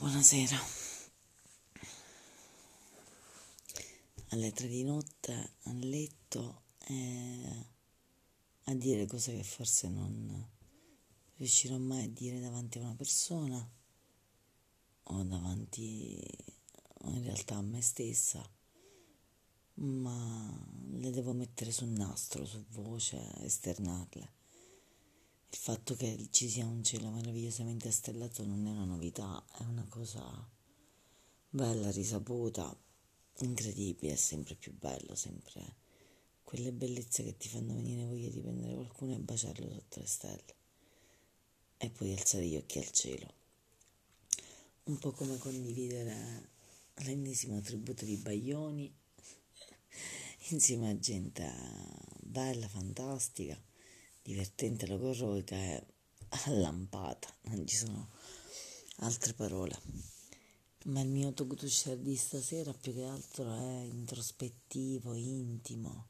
Buonasera. Alle 3 di notte a letto a dire cose che forse non riuscirò mai a dire davanti a una persona o davanti in realtà a me stessa, ma le devo mettere sul nastro, su voce, esternarle. Il fatto che ci sia un cielo meravigliosamente stellato non è una novità, è una cosa bella, risaputa, incredibile, è sempre più bello, sempre quelle bellezze che ti fanno venire voglia di prendere qualcuno e baciarlo sotto le stelle e poi alzare gli occhi al cielo. Un po' come condividere l'ennesimo tributo di Baglioni insieme a gente bella, fantastica, divertente, logorroica e allampata, non ci sono altre parole. Ma il mio talk to share di stasera più che altro è introspettivo, intimo,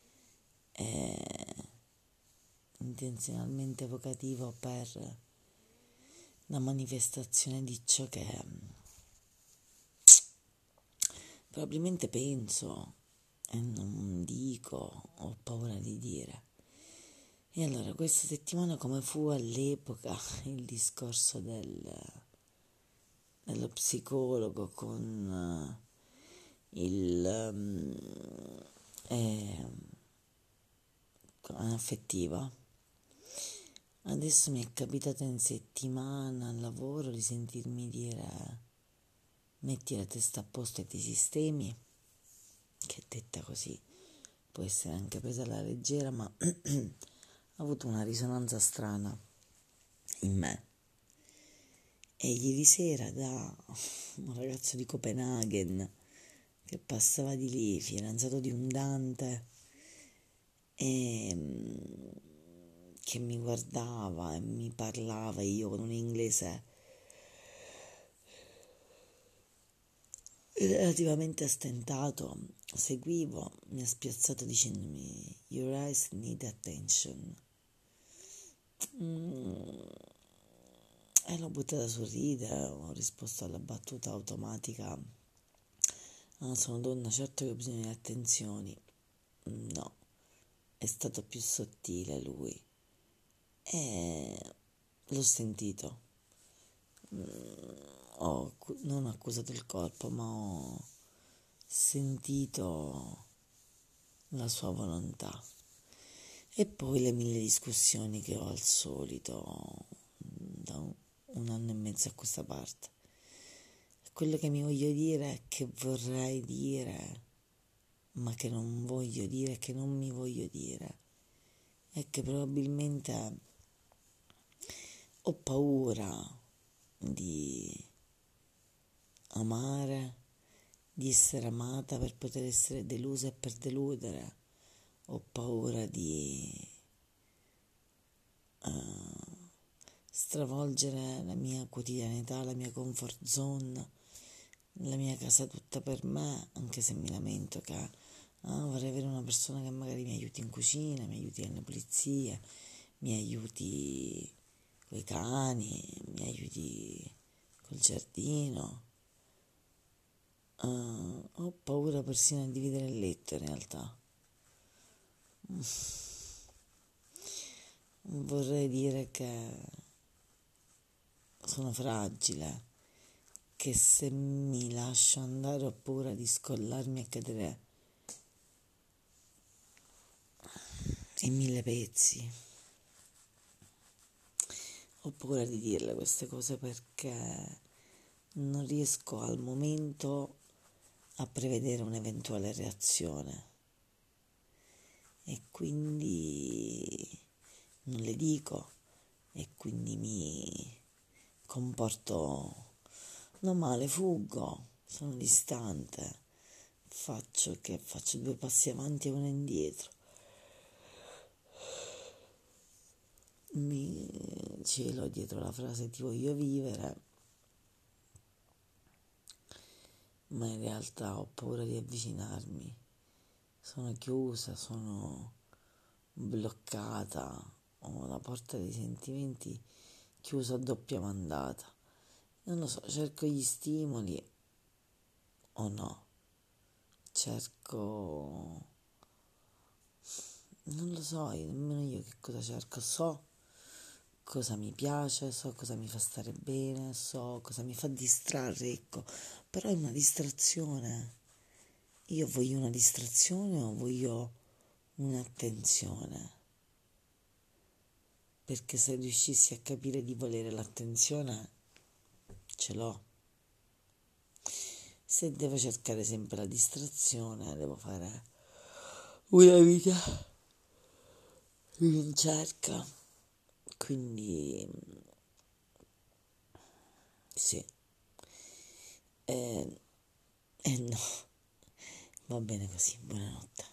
è intenzionalmente evocativo per la manifestazione di ciò che probabilmente penso e non dico, ho paura di dire. E allora questa settimana, come fu all'epoca il discorso dello psicologo con affettiva, adesso mi è capitato in settimana al lavoro di sentirmi dire metti la testa a posto e ti sistemi, che detta così può essere anche presa alla leggera, ma ha avuto una risonanza strana in me. E ieri sera da un ragazzo di Copenaghen che passava di lì, fidanzato di un Dante, e che mi guardava e mi parlava, io con un inglese relativamente stentato seguivo, mi ha spiazzato dicendomi "Your eyes need attention". E l'ho buttata a sorridere, ho risposto alla battuta automatica: "Ah, sono donna, certo che ho bisogno di attenzioni". No, è stato più sottile lui e l'ho sentito. Non ho accusato il colpo, ma ho sentito la sua volontà. E poi le mille discussioni che ho al solito da un anno e mezzo a questa parte. Quello che mi voglio dire è che vorrei dire, ma che non voglio dire, che non mi voglio dire, è che probabilmente ho paura di amare, di essere amata per poter essere delusa e per deludere. Ho paura di stravolgere la mia quotidianità, la mia comfort zone, la mia casa tutta per me, anche se mi lamento che vorrei avere una persona che magari mi aiuti in cucina, mi aiuti nelle pulizie, mi aiuti coi cani, mi aiuti col giardino. Ho paura persino di dividere il letto in realtà. Vorrei dire che sono fragile, che se mi lascio andare ho paura di scollarmi e cadere in mille pezzi. Ho paura di dirle queste cose perché non riesco al momento a prevedere un'eventuale reazione e quindi non le dico e quindi mi comporto non male, fuggo, sono distante, faccio due passi avanti e uno indietro. Mi celo dietro la frase "ti voglio vivere", ma in realtà ho paura di avvicinarmi, sono chiusa, sono bloccata, ho la porta dei sentimenti chiusa a doppia mandata non lo so, cerco gli stimoli o no, cerco, non lo so, nemmeno io che cosa cerco, so cosa mi piace, so cosa mi fa stare bene, so cosa mi fa distrarre, ecco, però è una distrazione. Io voglio una distrazione o voglio un'attenzione? Perché se riuscissi a capire di volere l'attenzione, ce l'ho. Se devo cercare sempre la distrazione, devo fare una vita in cerca. Quindi, sì. Eh, no, va bene così, buonanotte.